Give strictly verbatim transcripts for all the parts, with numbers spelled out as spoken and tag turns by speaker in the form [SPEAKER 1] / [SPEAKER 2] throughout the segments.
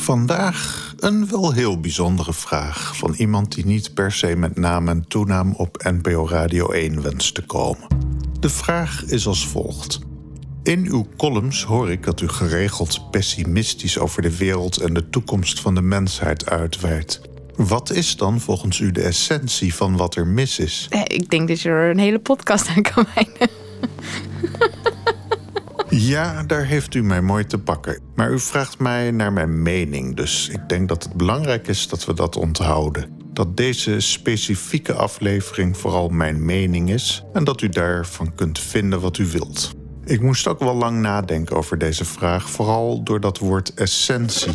[SPEAKER 1] Vandaag een wel heel bijzondere vraag van iemand die niet per se met naam en toenaam op N P O Radio één wenst te komen. De vraag is als volgt. In uw columns hoor ik dat u geregeld pessimistisch over de wereld en de toekomst van de mensheid uitweidt. Wat is dan volgens u de essentie van wat er mis is?
[SPEAKER 2] Ik denk dat je er een hele podcast aan kan wijden.
[SPEAKER 1] Ja, daar heeft u mij mooi te pakken. Maar u vraagt mij naar mijn mening, dus ik denk dat het belangrijk is dat we dat onthouden. Dat deze specifieke aflevering vooral mijn mening is en dat u daarvan kunt vinden wat u wilt. Ik moest ook wel lang nadenken over deze vraag, vooral door dat woord essentie.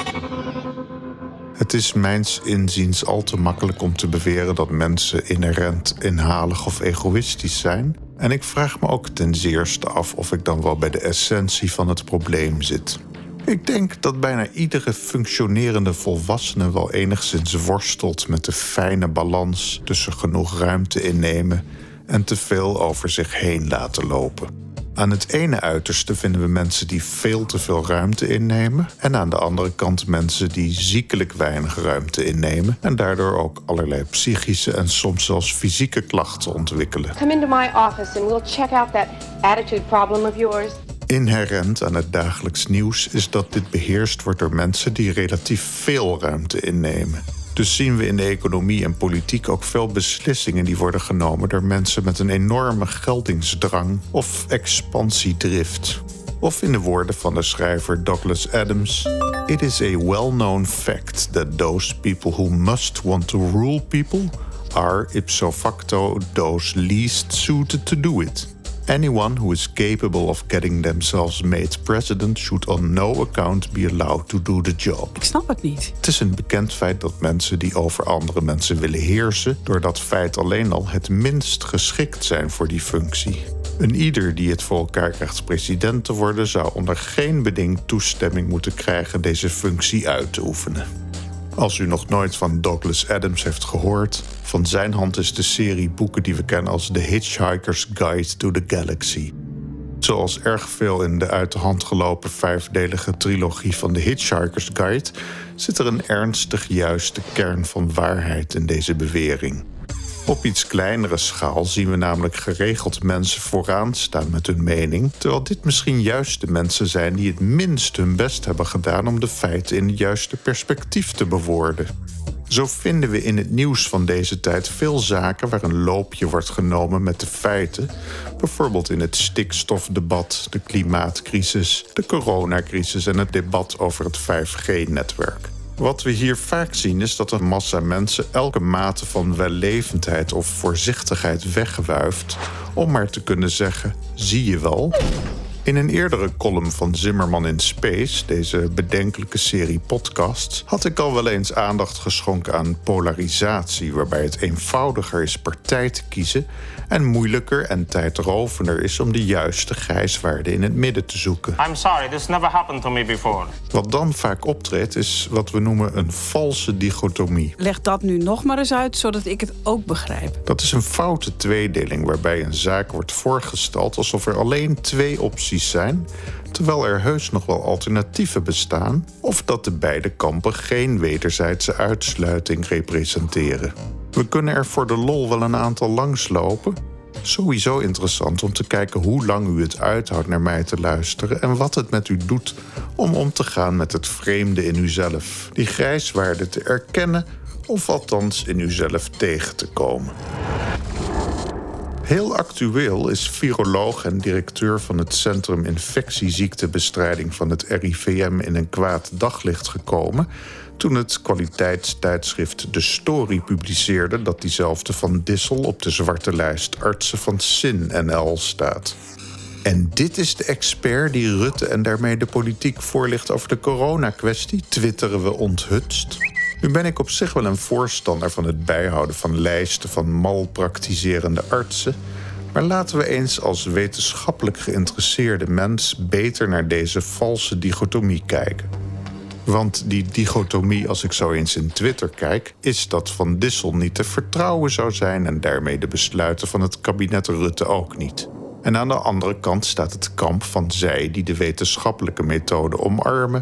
[SPEAKER 1] Het is mijns inziens al te makkelijk om te beweren dat mensen inherent inhalig of egoïstisch zijn. En ik vraag me ook ten zeerste af of ik dan wel bij de essentie van het probleem zit. Ik denk dat bijna iedere functionerende volwassene wel enigszins worstelt met de fijne balans tussen genoeg ruimte innemen en te veel over zich heen laten lopen. Aan het ene uiterste vinden we mensen die veel te veel ruimte innemen en aan de andere kant mensen die ziekelijk weinig ruimte innemen en daardoor ook allerlei psychische en soms zelfs fysieke klachten ontwikkelen.
[SPEAKER 3] Come into my office and we'll check out that attitude problem of yours.
[SPEAKER 1] Inherent aan het dagelijks nieuws is dat dit beheerst wordt door mensen die relatief veel ruimte innemen. Dus zien we in de economie en politiek ook veel beslissingen die worden genomen door mensen met een enorme geldingsdrang of expansiedrift. Of in de woorden van de schrijver Douglas Adams: It is a well-known fact that those people who must want to rule people are ipso facto those least suited to do it. Anyone who is capable of getting themselves made president should on no account be allowed to do the job.
[SPEAKER 4] Ik snap het niet.
[SPEAKER 1] Het is een bekend feit dat mensen die over andere mensen willen heersen, door dat feit alleen al het minst geschikt zijn voor die functie. Een ieder die het voor elkaar krijgt president te worden, zou onder geen beding toestemming moeten krijgen deze functie uit te oefenen. Als u nog nooit van Douglas Adams heeft gehoord, van zijn hand is de serie boeken die we kennen als The Hitchhiker's Guide to the Galaxy. Zoals erg veel in de uit de hand gelopen vijfdelige trilogie van The Hitchhiker's Guide zit er een ernstig juiste kern van waarheid in deze bewering. Op iets kleinere schaal zien we namelijk geregeld mensen vooraan staan met hun mening, terwijl dit misschien juist de mensen zijn die het minst hun best hebben gedaan om de feiten in het juiste perspectief te bewoorden. Zo vinden we in het nieuws van deze tijd veel zaken waar een loopje wordt genomen met de feiten, bijvoorbeeld in het stikstofdebat, de klimaatcrisis, de coronacrisis en het debat over het vijf G netwerk. Wat we hier vaak zien is dat een massa mensen elke mate van wellevendheid of voorzichtigheid wegwuift om maar te kunnen zeggen, zie je wel? In een eerdere column van Zimmerman in Space, deze bedenkelijke serie podcasts, had ik al wel eens aandacht geschonken aan polarisatie, waarbij het eenvoudiger is partij te kiezen en moeilijker en tijdrovender is om de juiste grijswaarde in het midden te zoeken.
[SPEAKER 5] I'm sorry, this never happened to me before.
[SPEAKER 1] Wat dan vaak optreedt is wat we noemen een valse dichotomie.
[SPEAKER 4] Leg dat nu nog maar eens uit, zodat ik het ook begrijp.
[SPEAKER 1] Dat is een foute tweedeling waarbij een zaak wordt voorgesteld alsof er alleen twee opties zijn, terwijl er heus nog wel alternatieven bestaan, of dat de beide kampen geen wederzijdse uitsluiting representeren. We kunnen er voor de lol wel een aantal langslopen. Sowieso interessant om te kijken hoe lang u het uithoudt naar mij te luisteren en wat het met u doet om om te gaan met het vreemde in uzelf, die grijswaarde te erkennen of althans in uzelf tegen te komen. Heel actueel is viroloog en directeur van het Centrum Infectieziektebestrijding van het R I V M in een kwaad daglicht gekomen toen het kwaliteitstijdschrift De Story publiceerde dat diezelfde Van Dissel op de zwarte lijst artsen van S I N N L staat. En dit is de expert die Rutte en daarmee de politiek voorlicht over de coronakwestie, twitteren we onthutst. Nu ben ik op zich wel een voorstander van het bijhouden van lijsten van malpraktiserende artsen, maar laten we eens als wetenschappelijk geïnteresseerde mens beter naar deze valse dichotomie kijken. Want die dichotomie, als ik zo eens in Twitter kijk, is dat Van Dissel niet te vertrouwen zou zijn en daarmee de besluiten van het kabinet Rutte ook niet. En aan de andere kant staat het kamp van zij die de wetenschappelijke methode omarmen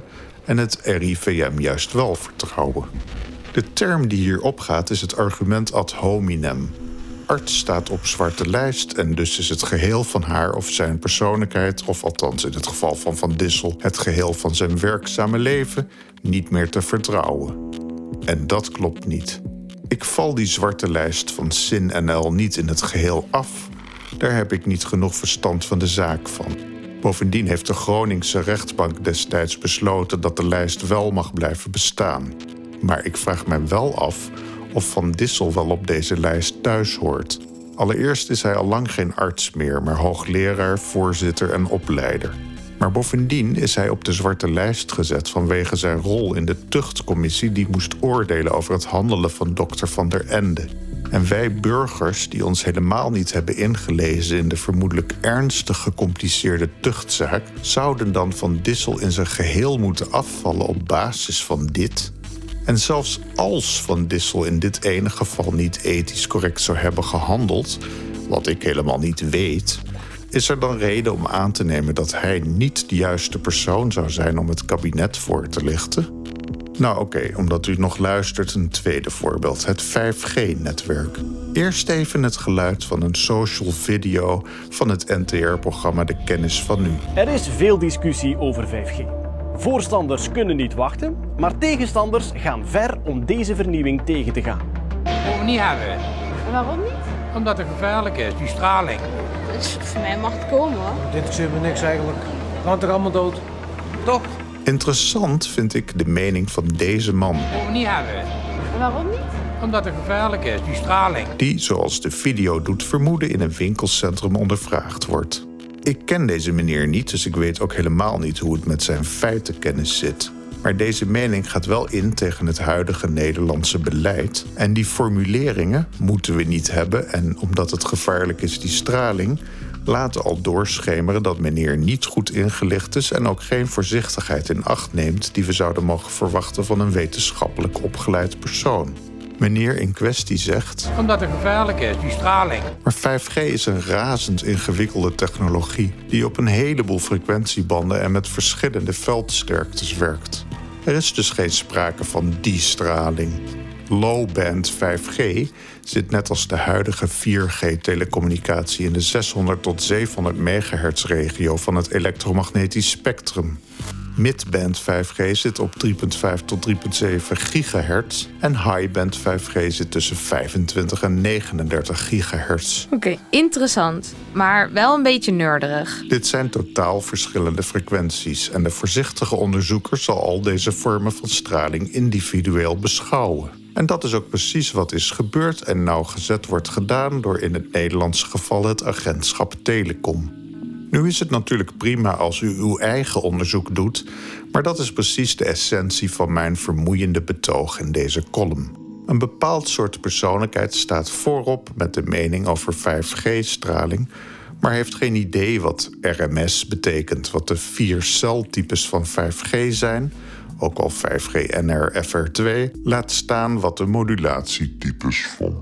[SPEAKER 1] en het R I V M juist wel vertrouwen. De term die hier opgaat is het argument ad hominem. Arts staat op zwarte lijst en dus is het geheel van haar of zijn persoonlijkheid, of althans in het geval van Van Dissel het geheel van zijn werkzame leven, niet meer te vertrouwen. En dat klopt niet. Ik val die zwarte lijst van S I N N L niet in het geheel af. Daar heb ik niet genoeg verstand van de zaak van. Bovendien heeft de Groningse rechtbank destijds besloten dat de lijst wel mag blijven bestaan. Maar ik vraag me wel af of Van Dissel wel op deze lijst thuis hoort. Allereerst is hij al lang geen arts meer, maar hoogleraar, voorzitter en opleider. Maar bovendien is hij op de zwarte lijst gezet vanwege zijn rol in de tuchtcommissie die moest oordelen over het handelen van dokter Van der Ende. En wij burgers, die ons helemaal niet hebben ingelezen in de vermoedelijk ernstig gecompliceerde tuchtzaak, zouden dan Van Dissel in zijn geheel moeten afvallen op basis van dit? En zelfs als Van Dissel in dit ene geval niet ethisch correct zou hebben gehandeld, wat ik helemaal niet weet, is er dan reden om aan te nemen dat hij niet de juiste persoon zou zijn om het kabinet voor te lichten? Nou oké, okay, omdat u nog luistert, een tweede voorbeeld, het vijf G netwerk. Eerst even het geluid van een social video van het N T R-programma De Kennis van Nu.
[SPEAKER 6] Er is veel discussie over vijf G. Voorstanders kunnen niet wachten, maar tegenstanders gaan ver om deze vernieuwing tegen te gaan.
[SPEAKER 7] Dat moeten we niet hebben.
[SPEAKER 3] En waarom niet?
[SPEAKER 7] Omdat het gevaarlijk is, die straling.
[SPEAKER 3] Dus voor mij mag het komen hoor.
[SPEAKER 8] Dit interesseert me niks eigenlijk. Gaan er allemaal dood. Toch?
[SPEAKER 1] Interessant vind ik de mening van deze man.
[SPEAKER 7] Dat moeten we niet hebben.
[SPEAKER 3] En waarom niet?
[SPEAKER 7] Omdat het gevaarlijk is, die straling.
[SPEAKER 1] Die, zoals de video doet vermoeden, in een winkelcentrum ondervraagd wordt. Ik ken deze meneer niet, dus ik weet ook helemaal niet hoe het met zijn feitenkennis zit. Maar deze mening gaat wel in tegen het huidige Nederlandse beleid. En die formuleringen moeten we niet hebben. En omdat het gevaarlijk is, die straling, laten al doorschemeren dat meneer niet goed ingelicht is en ook geen voorzichtigheid in acht neemt die we zouden mogen verwachten van een wetenschappelijk opgeleid persoon. Meneer in kwestie zegt:
[SPEAKER 7] Omdat het gevaarlijk is, die straling.
[SPEAKER 1] Maar vijf G is een razend ingewikkelde technologie die op een heleboel frequentiebanden en met verschillende veldsterktes werkt. Er is dus geen sprake van die straling. Low-band vijf G zit net als de huidige vier G-telecommunicatie in de zeshonderd tot zevenhonderd megahertz-regio van het elektromagnetisch spectrum. Midband vijf G zit op drie komma vijf tot drie komma zeven gigahertz en highband vijf G zit tussen vijfentwintig en negenendertig gigahertz.
[SPEAKER 2] Oké, okay, interessant, maar wel een beetje nerderig.
[SPEAKER 1] Dit zijn totaal verschillende frequenties en de voorzichtige onderzoeker zal al deze vormen van straling individueel beschouwen. En dat is ook precies wat is gebeurd en nauwgezet wordt gedaan door in het Nederlandse geval het agentschap Telecom. Nu is het natuurlijk prima als u uw eigen onderzoek doet, maar dat is precies de essentie van mijn vermoeiende betoog in deze column. Een bepaald soort persoonlijkheid staat voorop met de mening over vijf G-straling, maar heeft geen idee wat R M S betekent, wat de vier celtypes van vijf G zijn, ook al vijf G N R F R twee, laat staan wat de modulatietypes van.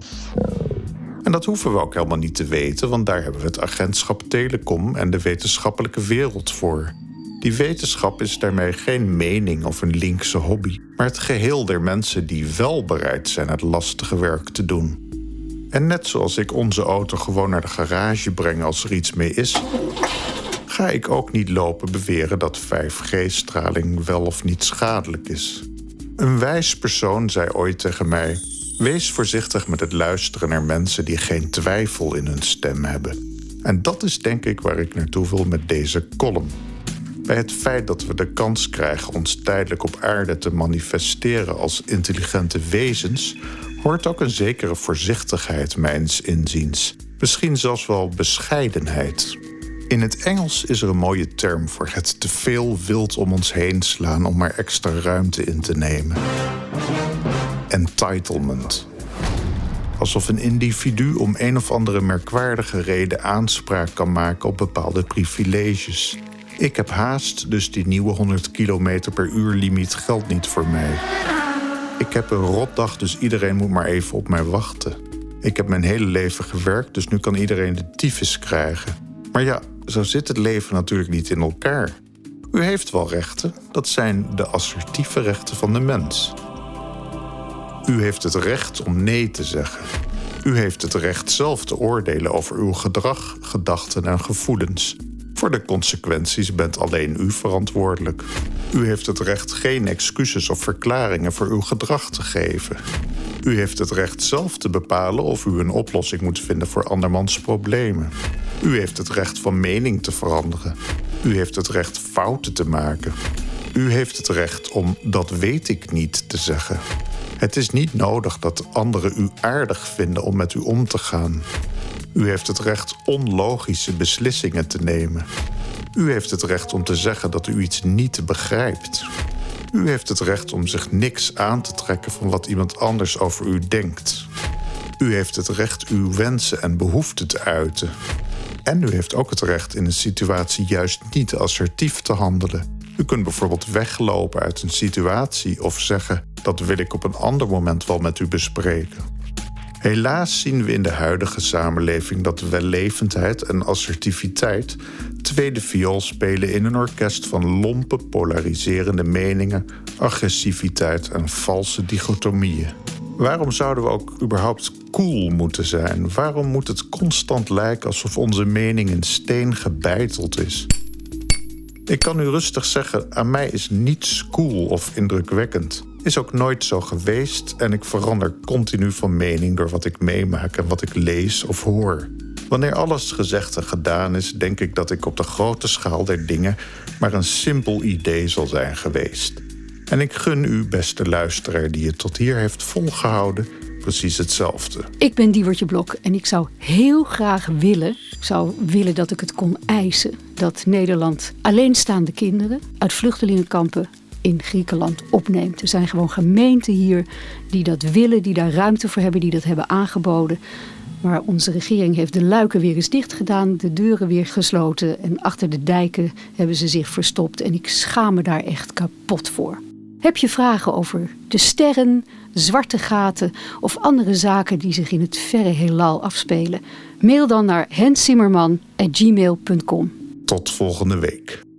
[SPEAKER 1] En dat hoeven we ook helemaal niet te weten, want daar hebben we het agentschap Telecom en de wetenschappelijke wereld voor. Die wetenschap is daarmee geen mening of een linkse hobby, maar het geheel der mensen die wel bereid zijn het lastige werk te doen. En net zoals ik onze auto gewoon naar de garage breng als er iets mee is, ga ik ook niet lopen beweren dat vijf G-straling wel of niet schadelijk is. Een wijs persoon zei ooit tegen mij: wees voorzichtig met het luisteren naar mensen die geen twijfel in hun stem hebben. En dat is denk ik waar ik naartoe wil met deze column. Bij het feit dat we de kans krijgen ons tijdelijk op aarde te manifesteren als intelligente wezens, hoort ook een zekere voorzichtigheid mijns inziens. Misschien zelfs wel bescheidenheid. In het Engels is er een mooie term voor het te veel wild om ons heen slaan om maar extra ruimte in te nemen. Entitlement. Alsof een individu om een of andere merkwaardige reden aanspraak kan maken op bepaalde privileges. Ik heb haast, dus die nieuwe honderd kilometer per uur limiet geldt niet voor mij. Ik heb een rotdag, dus iedereen moet maar even op mij wachten. Ik heb mijn hele leven gewerkt, dus nu kan iedereen de tyfus krijgen. Maar ja, zo zit het leven natuurlijk niet in elkaar. U heeft wel rechten, dat zijn de assertieve rechten van de mens. U heeft het recht om nee te zeggen. U heeft het recht zelf te oordelen over uw gedrag, gedachten en gevoelens. Voor de consequenties bent alleen u verantwoordelijk. U heeft het recht geen excuses of verklaringen voor uw gedrag te geven. U heeft het recht zelf te bepalen of u een oplossing moet vinden voor andermans problemen. U heeft het recht van mening te veranderen. U heeft het recht fouten te maken. U heeft het recht om dat weet ik niet te zeggen. Het is niet nodig dat anderen u aardig vinden om met u om te gaan. U heeft het recht onlogische beslissingen te nemen. U heeft het recht om te zeggen dat u iets niet begrijpt. U heeft het recht om zich niks aan te trekken van wat iemand anders over u denkt. U heeft het recht uw wensen en behoeften te uiten. En u heeft ook het recht in een situatie juist niet assertief te handelen. U kunt bijvoorbeeld weglopen uit een situatie of zeggen: dat wil ik op een ander moment wel met u bespreken. Helaas zien we in de huidige samenleving dat wellevendheid en assertiviteit tweede viool spelen in een orkest van lompe, polariserende meningen, agressiviteit en valse dichotomieën. Waarom zouden we ook überhaupt cool moeten zijn? Waarom moet het constant lijken alsof onze mening in steen gebeiteld is? Ik kan u rustig zeggen, aan mij is niets cool of indrukwekkend. Is ook nooit zo geweest en ik verander continu van mening door wat ik meemaak en wat ik lees of hoor. Wanneer alles gezegd en gedaan is, denk ik dat ik op de grote schaal der dingen maar een simpel idee zal zijn geweest. En ik gun u, beste luisteraar die het tot hier heeft volgehouden, precies hetzelfde.
[SPEAKER 9] Ik ben Diewertje Blok en ik zou heel graag willen, ik zou willen dat ik het kon eisen, dat Nederland alleenstaande kinderen uit vluchtelingenkampen in Griekenland opneemt. Er zijn gewoon gemeenten hier die dat willen, die daar ruimte voor hebben, die dat hebben aangeboden. Maar onze regering heeft de luiken weer eens dicht gedaan, de deuren weer gesloten en achter de dijken hebben ze zich verstopt. En ik schaam me daar echt kapot voor. Heb je vragen over de sterren, zwarte gaten of andere zaken die zich in het verre heelal afspelen? Mail dan naar henszimmerman at gmail punt com.
[SPEAKER 1] Tot volgende week.